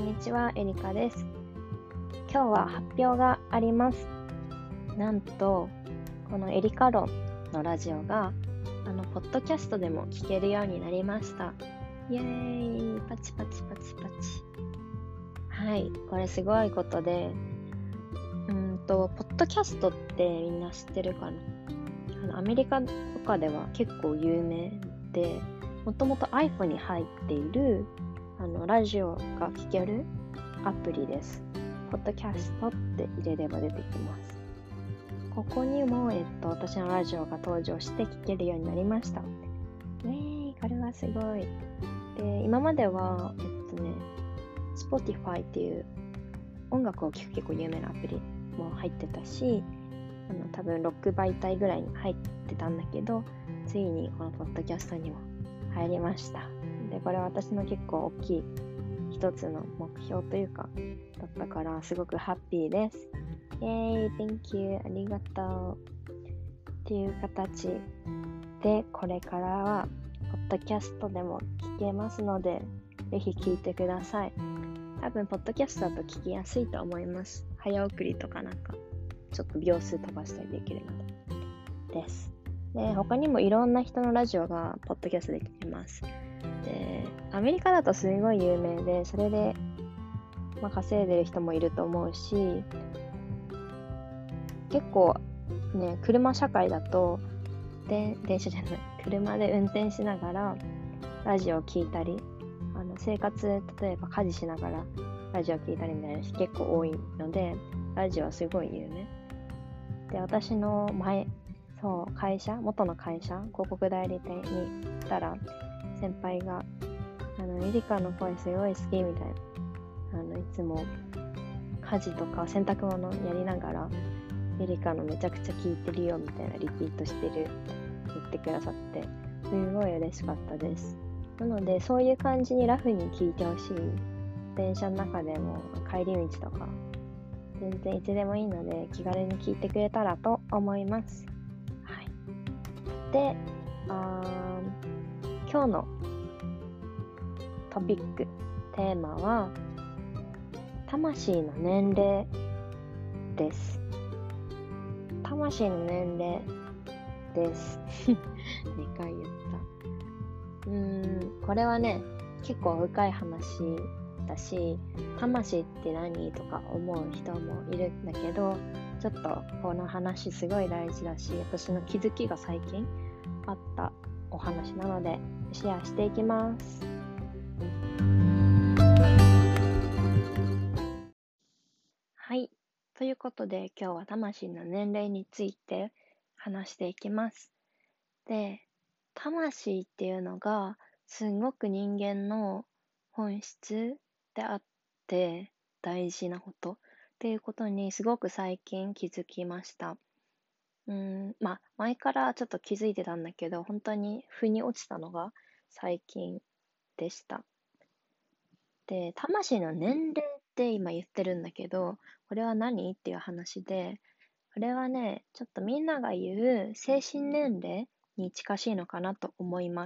にちは、エリカです。今日は発表があります。なんと、このエリカ論のラジオが、ポッドキャストでも聞けるようになりました。イエーイ、パチパチパチパチ。はい、これすごいことで、ポッドキャストってみんな知ってるかな？アメリカとかでは結構有名で、もともと iPhone に入っているラジオが聴けるアプリです。ポッドキャストって入れれば出てきます。ここにも、私のラジオが登場して聴けるようになりました。これはすごい。で、今までは、Spotify っていう音楽を聴く結構有名なアプリも入ってたし、多分6媒体ぐらいに入ってたんだけど、ついにこのポッドキャストにも入りました。で、これは私の結構大きい一つの目標というかだったからすごくハッピーです。イェーイ、Thank you、ありがとうっていう形で、これからはポッドキャストでも聞けますので、ぜひ聞いてください。多分ポッドキャストだと聞きやすいと思います。早送りとかなんかちょっと秒数飛ばしたりできるのでです。で、他にもいろんな人のラジオがポッドキャストで聞けます。で、アメリカだとすごい有名で、それで、稼いでる人もいると思うし、結構ね、車社会だと、電車じゃない、車で運転しながらラジオを聞いたり、生活、例えば家事しながらラジオ聞いたりみたいな人結構多いので、ラジオはすごい有名。で、私の会社、元の会社、広告代理店に行ったら、先輩が、エリカの声すごい好きみたいな。いつも家事とか洗濯物やりながら、エリカのめちゃくちゃ聞いてるよみたいなリピートしてる言ってくださって、すごい嬉しかったです。なので、そういう感じにラフに聞いてほしい。電車の中でも帰り道とか、全然いつでもいいので気軽に聞いてくれたらと思います。はい。で、今日のトピック、テーマは魂の年齢です。魂の年齢です。2回言った。これはね、結構深い話だし、魂って何とか思う人もいるんだけど、ちょっとこの話すごい大事だし、私の気づきが最近あったお話なのでシェアしていきます。はい。ということで今日は魂の年齢について話していきます。で、魂っていうのがすごく人間の本質であって大事なことっていうことにすごく最近気づきました。前からちょっと気づいてたんだけど、本当に腑に落ちたのが最近でした。で、魂の年齢って今言ってるんだけど、これは何っていう話で、これはね、ちょっとみんなが言う精神年齢に近しいのかなと思います。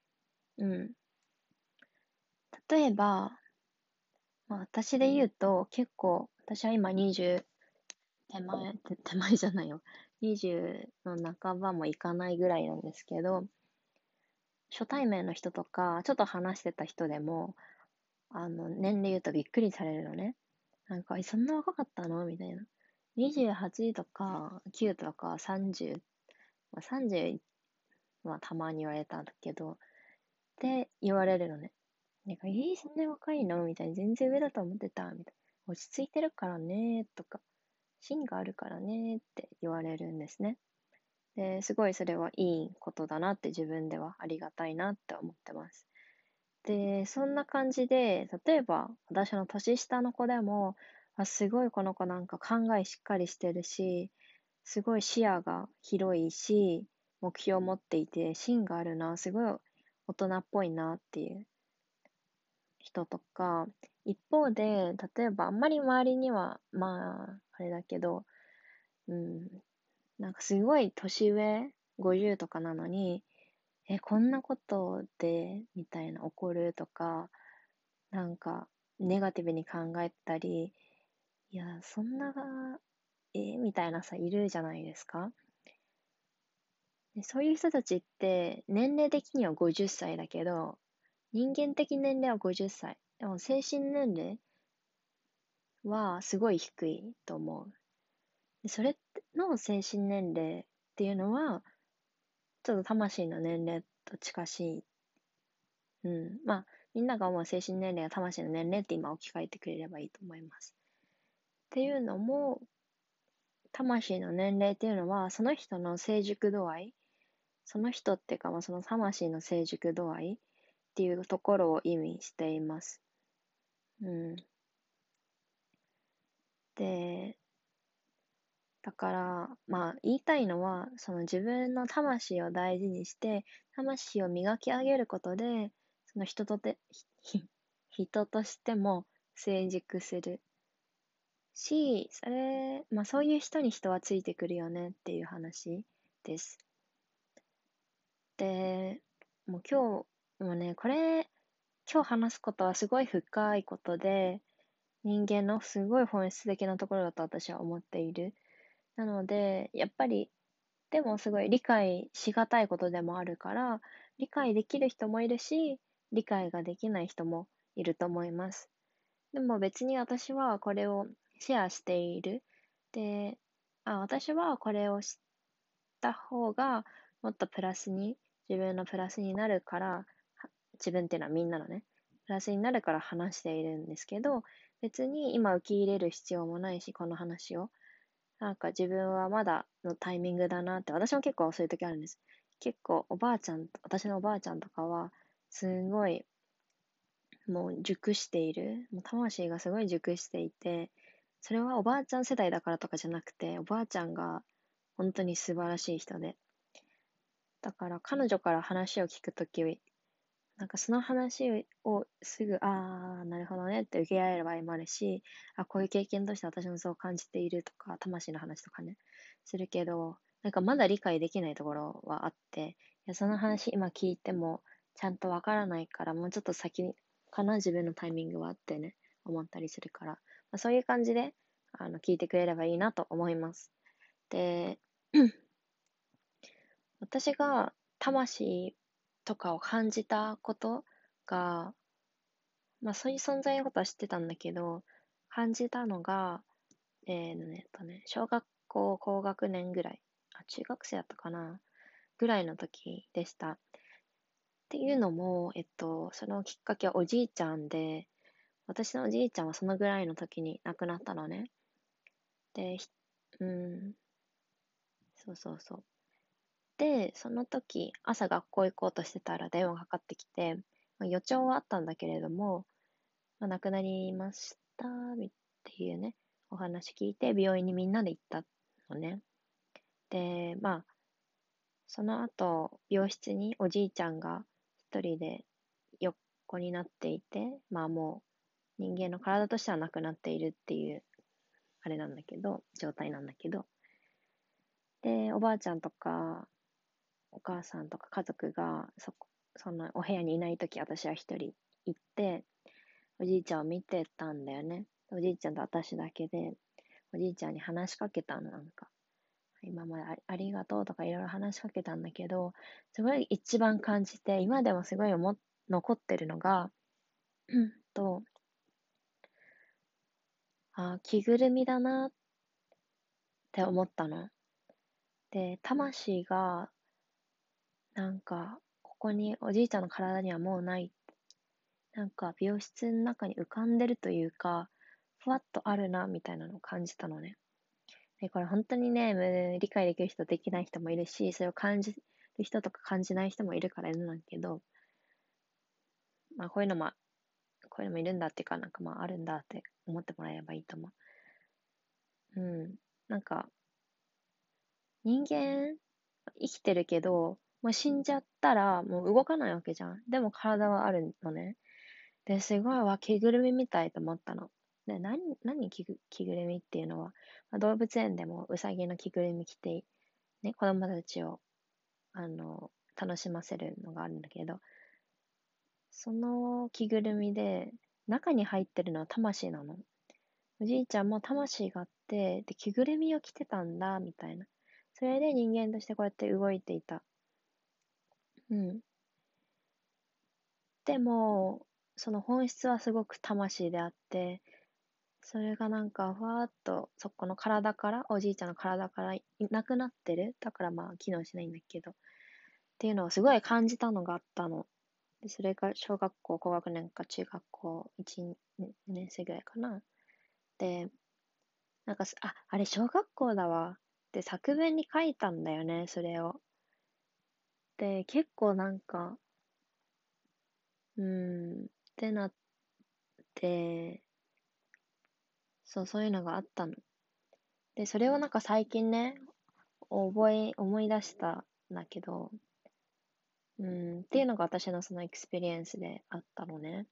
例えば、私で言うと結構、私は今20手前じゃないよ。20の半ばもいかないぐらいなんですけど、初対面の人とか、ちょっと話してた人でも、年齢言うとびっくりされるのね。なんか、そんな若かったのみたいな。28とか9とか30、30はたまに言われたんだけど、って言われるのね。なんか、そんな若いのみたいな。全然上だと思ってたみたいな。落ち着いてるからねとか、芯があるからねって言われるんですね。で、すごいそれはいいことだなって自分ではありがたいなって思ってます。で、そんな感じで、例えば私の年下の子でも、すごいこの子なんか考えしっかりしてるし、すごい視野が広いし、目標を持っていて、芯があるな、すごい大人っぽいなっていう人とか、一方で、例えばあんまり周りには、あれだけど、なんかすごい年上、50とかなのに、こんなことで、みたいな怒るとか、なんか、 ネガティブに考えたり、いや、そんな、みたいなさ、いるじゃないですか。でそういう人たちって、年齢的には50歳だけど、人間的年齢は50歳。でも精神年齢はすごい低いと思う。でそれの精神年齢っていうのは、ちょっと魂の年齢と近しい。うん。まあ、みんなが思う精神年齢や魂の年齢って今置き換えてくれればいいと思います。っていうのも、魂の年齢っていうのは、その人の成熟度合い、その人っていうか、まあ、その魂の成熟度合いっていうところを意味しています。うん。で、だから、まあ、言いたいのは、その自分の魂を大事にして、魂を磨き上げることで、その人としても成熟するし、まあそういう人に人はついてくるよねっていう話です。で、もう今日話すことはすごい深いことで、人間のすごい本質的なところだと私は思っている。なので、やっぱりでもすごい理解しがたいことでもあるから、理解できる人もいるし、理解ができない人もいると思います。でも別に私はこれをシェアしている。で、私はこれを知った方がもっとプラスに、自分のプラスになるから、自分っていうのはみんなのね、プラスになるから話しているんですけど、別に今受け入れる必要もないし、この話を。なんか自分はまだのタイミングだなって、私も結構そういう時あるんです。結構私のおばあちゃんとかは、すごい、もう熟している。もう魂がすごい熟していて、それはおばあちゃん世代だからとかじゃなくて、おばあちゃんが本当に素晴らしい人で。だから彼女から話を聞くとき、なんかその話をすぐ、なるほどねって受けられる場合もあるし、こういう経験として私もそう感じているとか、魂の話とかね、するけど、なんかまだ理解できないところはあって、その話今聞いてもちゃんとわからないから、もうちょっと先かな、自分のタイミングはあってね、思ったりするから、そういう感じで、聞いてくれればいいなと思います。で、私が魂とかを感じたことが、まあそういう存在のことは知ってたんだけど、感じたのが、小学校高学年ぐらい、中学生だったかな、ぐらいの時でした。っていうのも、そのきっかけはおじいちゃんで、私のおじいちゃんはそのぐらいの時に亡くなったのね。で、うん、そうそうそう。で、その時、朝学校行こうとしてたら電話かかってきて、予兆はあったんだけれども、亡くなりましたっていうね、お話聞いて、病院にみんなで行ったのね。で、その後、病室におじいちゃんが一人で横になっていて、もう人間の体としてはなくなっているっていう、あれなんだけど、状態なんだけど、で、おばあちゃんとか、お母さんとか家族が、そのお部屋にいないとき、私は一人行って、おじいちゃんを見てたんだよね。おじいちゃんと私だけで、おじいちゃんに話しかけたの、なんか。今までありがとうとかいろいろ話しかけたんだけど、すごい一番感じて、今でもすごい残ってるのが、と、着ぐるみだなって思ったの。で、魂が、なんか、ここにおじいちゃんの体にはもうない。なんか、病室の中に浮かんでるというか、ふわっとあるな、みたいなのを感じたのね。で、これ本当にね、理解できる人、できない人もいるし、それを感じる人とか感じない人もいるからいるんだけど、こういうのも、こういうのもいるんだっていうか、なんかあるんだって思ってもらえればいいと思う。うん。なんか、人間、生きてるけど、もう死んじゃったら、もう動かないわけじゃん。でも体はあるのね。で、すごい着ぐるみみたいと思ったの。で、何着ぐるみっていうのは、動物園でもウサギの着ぐるみ着て、ね、子供たちを、楽しませるのがあるんだけど、その着ぐるみで、 中に入ってるのは魂なの。おじいちゃんも魂があって、で、着ぐるみを着てたんだ、みたいな。それで人間としてこうやって動いていた。うん。でも、その本質はすごく魂であって、それがなんかふわーっとそこの体から、おじいちゃんの体からいなくなってる。だからまあ機能しないんだけど。っていうのをすごい感じたのがあったの。で、それが小学校高学年か中学校1、年生ぐらいかな。で、なんかあれ小学校だわ。で、作文に書いたんだよね、それを。で、結構なんか、ってなって、そういうのがあったの。で、それをなんか最近ね、思い出したんだけど、っていうのが私のそのエクスペリエンスであったのね。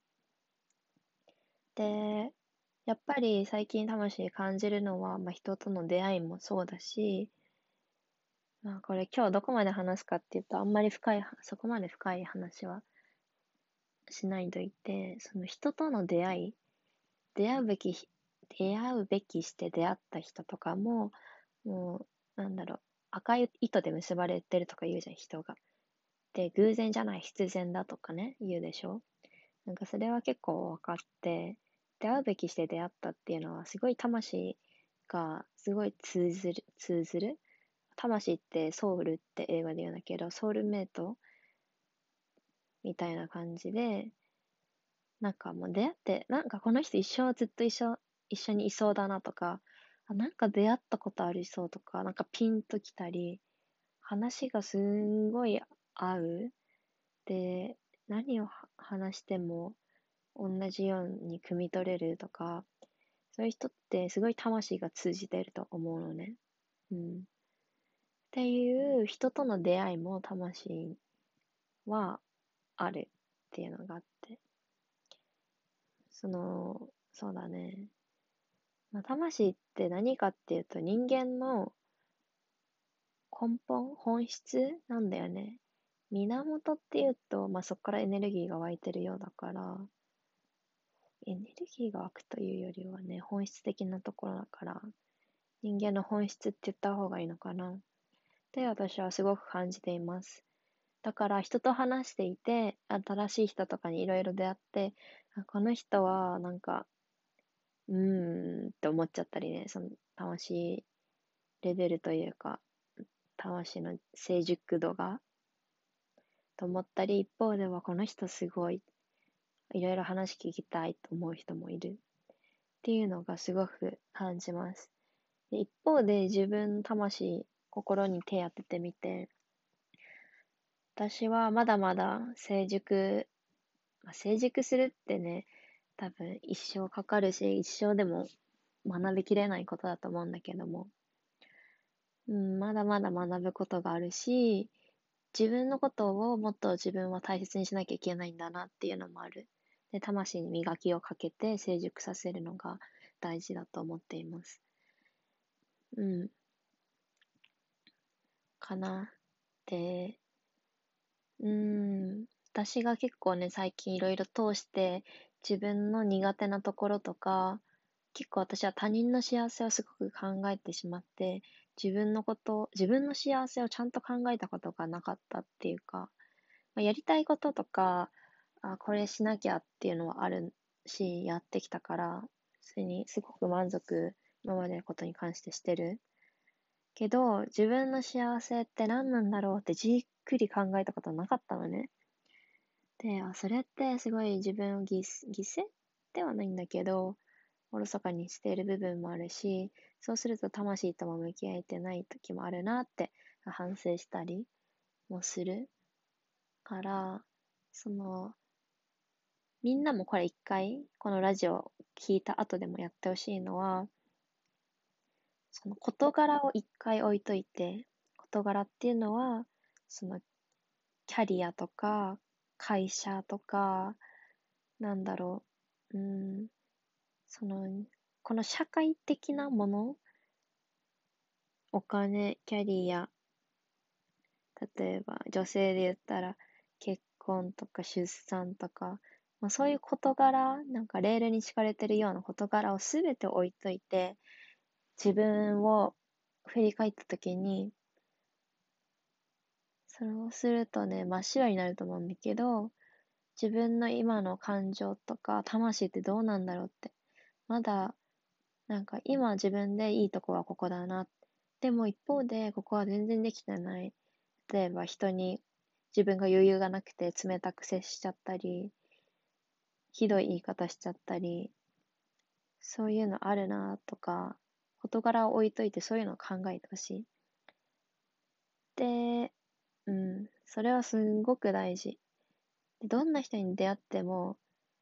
で、やっぱり最近魂感じるのは、まあ、人との出会いもそうだし、まあ、これ今日どこまで話すかっていうと、そこまで深い話はしないといて、その人との出会い、出会うべき、出会うべきして出会った人とかも、もう、なんだろう、赤い糸で結ばれてるとか言うじゃん、人が。で、偶然じゃない必然だとかね、言うでしょ。なんかそれは結構分かって、出会うべきして出会ったっていうのは、すごい魂がすごい通ずる。魂ってソウルって英語で言うんだけど、ソウルメイトみたいな感じで、なんかもう出会って、なんかこの人一生ずっと一緒にいそうだなとか、なんか出会ったことありそうとか、なんかピンときたり、話がすんごい合う。で、何を話しても同じように汲み取れるとか、そういう人ってすごい魂が通じてると思うのね。うん。っていう人との出会いも魂はあるっていうのがあって。そうだね。まあ、魂って何かっていうと人間の本質なんだよね。源っていうと、まあ、そこからエネルギーが湧いてるようだから、エネルギーが湧くというよりはね、本質的なところだから、人間の本質って言った方がいいのかなって私はすごく感じています。だから人と話していて、新しい人とかにいろいろ出会って、この人はなんか、って思っちゃったりね、その魂レベルというか、魂の成熟度が、と思ったり、一方ではこの人すごい、いろいろ話聞きたいと思う人もいるっていうのがすごく感じます。で一方で自分、心に手当ててみて、私はまだまだ成熟するってね、多分一生かかるし、一生でも学びきれないことだと思うんだけども、まだまだ学ぶことがあるし、自分のことをもっと自分は大切にしなきゃいけないんだなっていうのもある。で、魂に磨きをかけて成熟させるのが大事だと思っています。うん、かな。で、私が結構ね、最近いろいろ通して自分の苦手なところとか、結構私は他人の幸せをすごく考えてしまって、自分の幸せをちゃんと考えたことがなかったっていうか、やりたいこととか、これしなきゃっていうのはあるし、やってきたから、それにすごく満足、今までのことに関してしてる。けど、自分の幸せって何なんだろうってじっくり考えたことなかったのね。で、それってすごい自分を犠牲ではないんだけど、おろそかにしている部分もあるし、そうすると魂とも向き合えてない時もあるなって反省したりもするから、その、みんなもこれ一回、このラジオ聞いた後でもやってほしいのは、その事柄を一回置いといて、事柄っていうのは、そのキャリアとか、会社とか、なんだろう、その、この社会的なもの、お金、キャリア、例えば女性で言ったら結婚とか出産とか、 もうそういう事柄、なんかレールに敷かれてるような事柄をすべて置いといて、自分を振り返ったときに、そうするとね、真っ白になると思うんだけど、自分の今の感情とか魂ってどうなんだろうって。まだ、なんか今自分でいいとこはここだな。でも一方で、ここは全然できてない。例えば人に自分が余裕がなくて冷たく接しちゃったり、ひどい言い方しちゃったり、そういうのあるなとか、事柄を置いといてそういうのを考えてほしい。で、それはすんごく大事。どんな人に出会っても、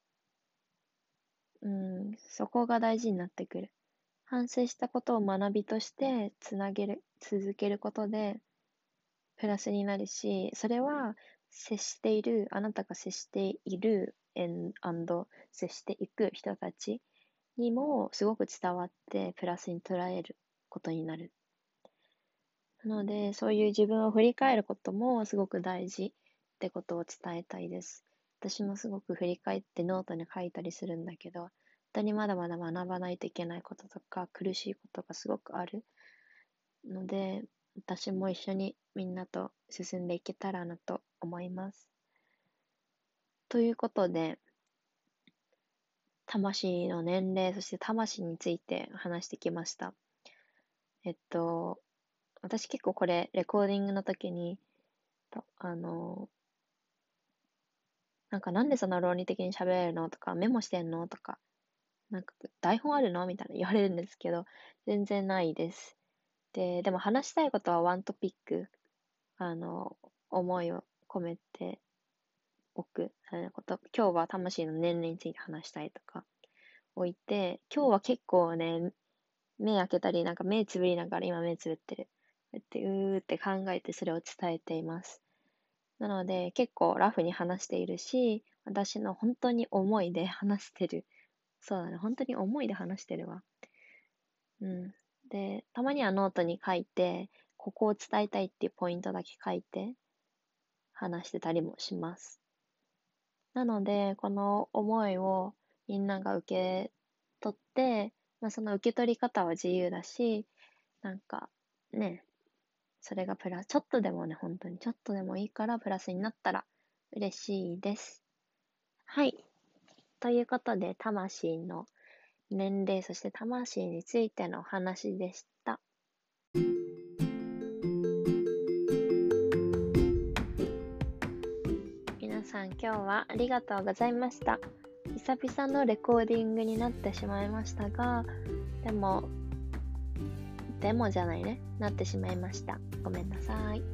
そこが大事になってくる。反省したことを学びとして続けることで、プラスになるし、それはあなたが接している、接していく人たちにもすごく伝わってプラスに捉えることになる。なので、そういう自分を振り返ることもすごく大事ってことを伝えたいです。私もすごく振り返ってノートに書いたりするんだけど、本当にまだまだ学ばないといけないこととか苦しいことがすごくあるので、私も一緒にみんなと進んでいけたらなと思います。ということで、魂の年齢、そして魂について話してきました。私結構これ、レコーディングの時に、なんでそんな論理的に喋れるのとか、メモしてんのとか、台本あるのみたいな言われるんですけど、全然ないです。でも話したいことはワントピック、思いを込めておく今日は魂の年齢について話したいとか置いて、今日は結構ね、目開けたり、目つぶりながら今目つぶってる。こうやってって考えてそれを伝えています。なので結構ラフに話しているし、私の本当に思いで話してる。そうだね、本当に思いで話してるわ。で、たまにはノートに書いて、ここを伝えたいっていうポイントだけ書いて話してたりもします。なので、この思いをみんなが受け取って、その受け取り方は自由だし、それがちょっとでもね、本当にちょっとでもいいからプラスになったら嬉しいです。はい。ということで、魂の年齢、そして魂についてのお話でした。皆さん今日はありがとうございました。久々のレコーディングになってしまいましたが、でもじゃないね。なってしまいました。ごめんなさい。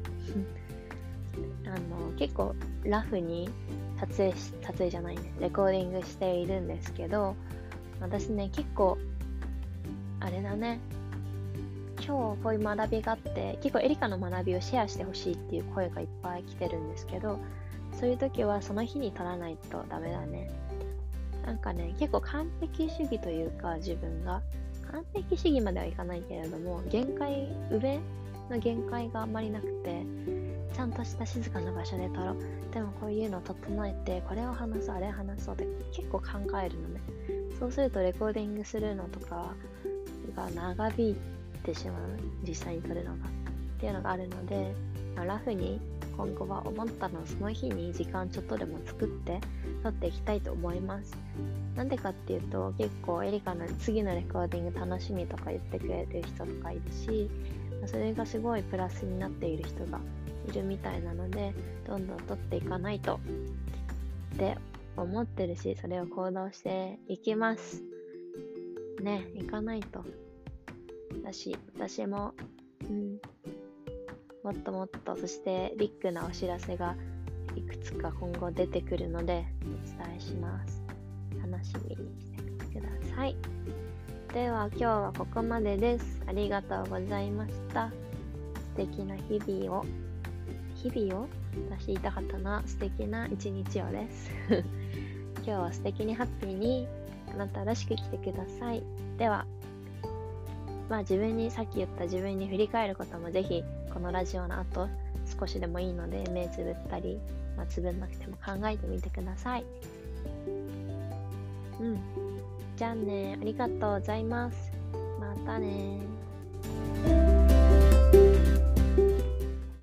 結構ラフに撮影じゃないね。レコーディングしているんですけど、私ね、結構、あれだね。今日こういう学びがあって、結構エリカの学びをシェアしてほしいっていう声がいっぱい来てるんですけど、そういう時はその日に撮らないとダメだね。結構完璧主義というか、自分が完璧主義まではいかないけれども、上の限界があんまりなくて、ちゃんとした静かな場所で撮ろう。でもこういうのを整えて、これを話そう、あれを話そうって結構考えるのね。そうするとレコーディングするのとかが長引いてしまう。実際に撮るのが。っていうのがあるので、ラフに今後は思ったのをその日に時間ちょっとでも作って撮っていきたいと思います。なんでかっていうと、結構エリカの次のレコーディング楽しみとか言ってくれる人とかいるし、それがすごいプラスになっている人がいるみたいなので、どんどん撮っていかないとって思ってるし、それを行動していきますね。いかないと。私ももっともっと、そしてビッグなお知らせがいくつか今後出てくるのでお伝えします。楽しみにしてみてください。では今日はここまでです。ありがとうございました。素敵な日々を私言いたかったな。素敵な一日をです今日は素敵にハッピーにあなたらしく生きてください。ではさっき言った自分に振り返ることもぜひこのラジオの後少しでもいいので目つぶったり、つぶんなくても考えてみてください。 じゃあね、ありがとうございます。またね。